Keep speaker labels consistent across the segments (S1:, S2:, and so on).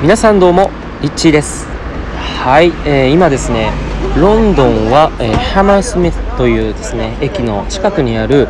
S1: 皆さんどうもリッチーです。はい、今ですねロンドンは、ハマースミスというですね駅の近くにある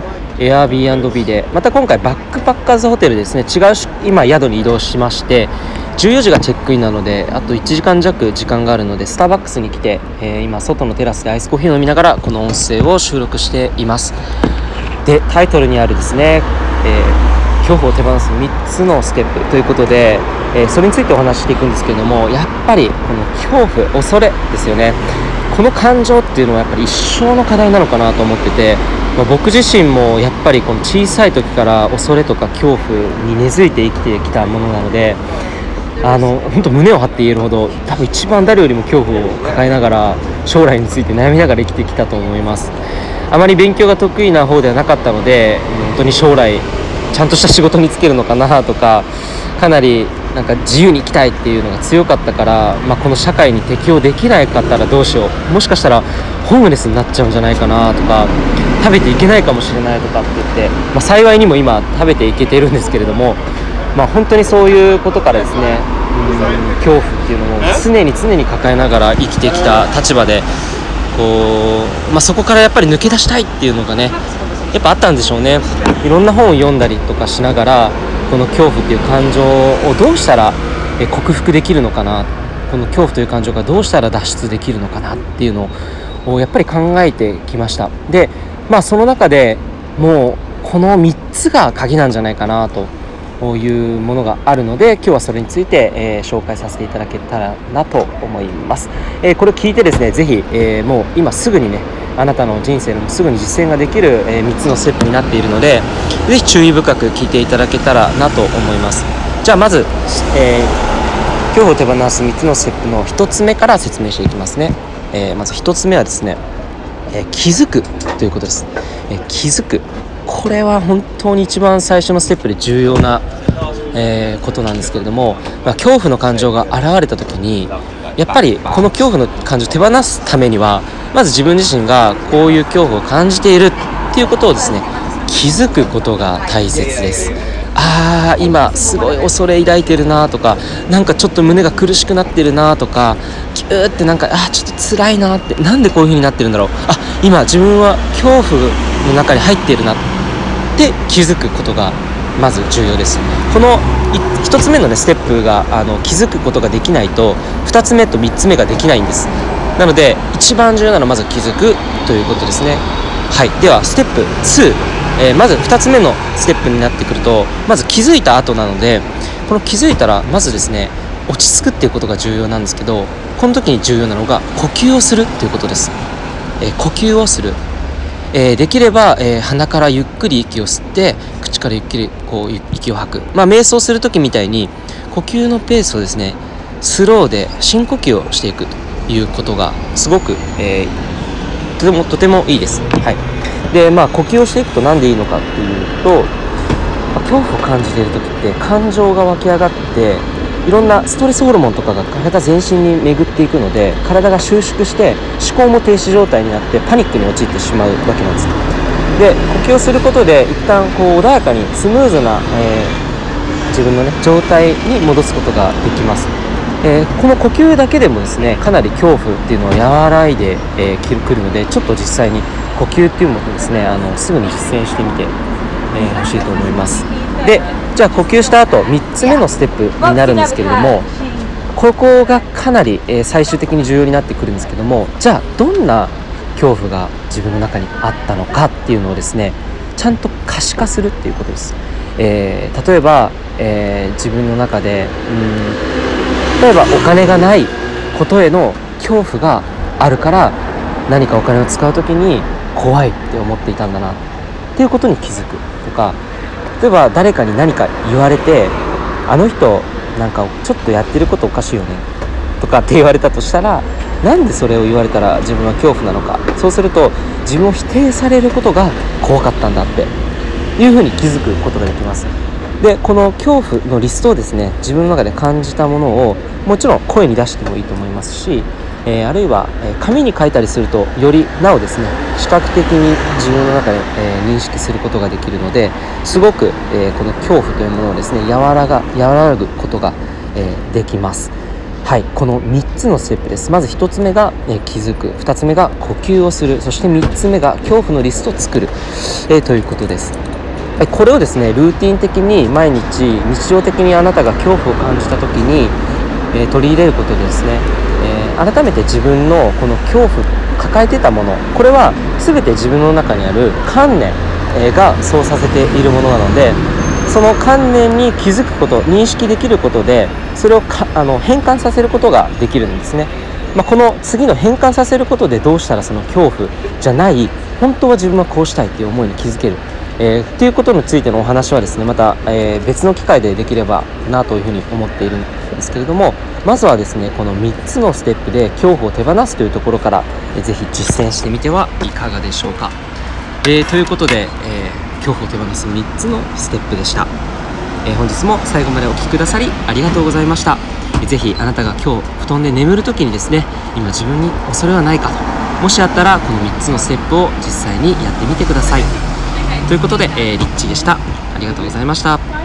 S1: Airbnb で、また今回バックパッカーズホテルですね、違う今宿に移動しまして、14時がチェックインなのであと1時間弱時間があるので、スターバックスに来て、今外のテラスでアイスコーヒーを飲みながらこの音声を収録しています。で、タイトルにあるですね、恐怖を手放す3つのステップということで、それについてお話ししていくんですけれども、やっぱりこの恐怖、恐れですよね。この感情っていうのはやっぱり一生の課題なのかなと思ってて、僕自身もやっぱりこの小さい時から恐れとか恐怖に根付いて生きてきたものなので、本当胸を張って言えるほど多分一番誰よりも恐怖を抱えながら将来について悩みながら生きてきたと思います。あまり勉強が得意な方ではなかったので、本当に将来ちゃんとした仕事に就けるのかなとか、かなりなんか自由に生きたいっていうのが強かったから、この社会に適応できないかったらどうしよう、もしかしたらホームレスになっちゃうんじゃないかなとか、食べていけないかもしれないとかって言って、幸いにも今食べていけてるんですけれども、本当にそういうことからですね、恐怖っていうのも常に抱えながら生きてきた立場で、そこからやっぱり抜け出したいっていうのがねやっぱあったんでしょうね。いろんな本を読んだりとかしながら、この恐怖っていう感情をどうしたら克服できるのかな、この恐怖という感情がどうしたら脱出できるのかなっていうのをやっぱり考えてきました。で、その中でもうこの3つが鍵なんじゃないかなというものがあるので、今日はそれについて、紹介させていただけたらなと思います。これを聞いてですね、ぜひ、もう今すぐにね、あなたの人生のすぐに実践ができる、3つのステップになっているので、ぜひ注意深く聞いていただけたらなと思います。じゃあまず、恐怖を手放す3つのステップの1つ目から説明していきますね。まず1つ目はですね、気づくということです。気づく、これは本当に一番最初のステップで重要な、ことなんですけれども、恐怖の感情が現れた時に、やっぱりこの恐怖の感情を手放すためには、まず自分自身がこういう恐怖を感じているっていうことをですね、気づくことが大切です。今すごい恐れ抱いてるなとか、なんかちょっと胸が苦しくなってるなとか、キューってなんかちょっと辛いなって、なんでこういう風になってるんだろう、今自分は恐怖の中に入っているなって気づくことがまず重要です。この1つ目の、ステップが気づくことができないと2つ目と3つ目ができないんです。なので一番重要なのはまず気づくということですね。はい、ではステップ2、まず2つ目のステップになってくると、まず気づいた後なので、この気づいたらまずですね、落ち着くっていうことが重要なんですけど、この時に重要なのが呼吸をするっていうことです。呼吸をする、できれば、鼻からゆっくり息を吸って、口からゆっくり息を吐く、瞑想する時みたいに呼吸のペースをですね、スローで深呼吸をしていくということがすごく、とてもいいです。はい。で、呼吸をしていくと何でいいのかっていうと、恐怖を感じている時って感情が湧き上がって、いろんなストレスホルモンとかが体全身に巡っていくので、体が収縮して思考も停止状態になってパニックに陥ってしまうわけなんです。で、呼吸をすることで一旦穏やかにスムーズな、自分の状態に戻すことができます。この呼吸だけでもですね、かなり恐怖っていうのは和らいでくるので、ちょっと実際に呼吸っていうものをですね、すぐに実践してみてほしいと思います。で、じゃあ呼吸した後3つ目のステップになるんですけれども、ここがかなり最終的に重要になってくるんですけども、じゃあどんな恐怖が自分の中にあったのかっていうのをですね、ちゃんと可視化するっていうことです。例えば、自分の中で例えばお金がないことへの恐怖があるから、何かお金を使うときに怖いって思っていたんだなっていうことに気づくとか、例えば誰かに何か言われて、あの人なんかちょっとやってることおかしいよねとかって言われたとしたら、なんでそれを言われたら自分は恐怖なのか、そうすると自分を否定されることが怖かったんだっていうふうに気づくことができます。で、この恐怖のリストをですね、自分の中で感じたものをもちろん声に出してもいいと思いますし、あるいは紙に書いたりするとよりなおですね、視覚的に自分の中で認識することができるので、すごくこの恐怖というものをですね、和らぐことができます。はい、この3つのステップです。まず1つ目が、気づく、2つ目が呼吸をする、そして3つ目が恐怖のリストを作る、ということです。これをですねルーティン的に毎日日常的にあなたが恐怖を感じた時に、取り入れることでですね、改めて自分のこの恐怖抱えていたもの、これは全て自分の中にある観念、がそうさせているものなので、その観念に気づくこと、認識できることでそれを変換させることができるんですね。この次の変換させることでどうしたらその恐怖じゃない本当は自分はこうしたいという思いに気づける、ということについてのお話はですねまた、別の機会でできればなというふうに思っているんですけれども、まずはですねこの3つのステップで恐怖を手放すというところから、ぜひ実践してみてはいかがでしょうか。ということで、恐怖を手放す3つのステップでした。本日も最後までお聞きくださりありがとうございました。ぜひあなたが今日布団で眠るときにですね、今自分に恐れはないかと、もしあったらこの3つのステップを実際にやってみてください。ということで、リッチーでした。ありがとうございました。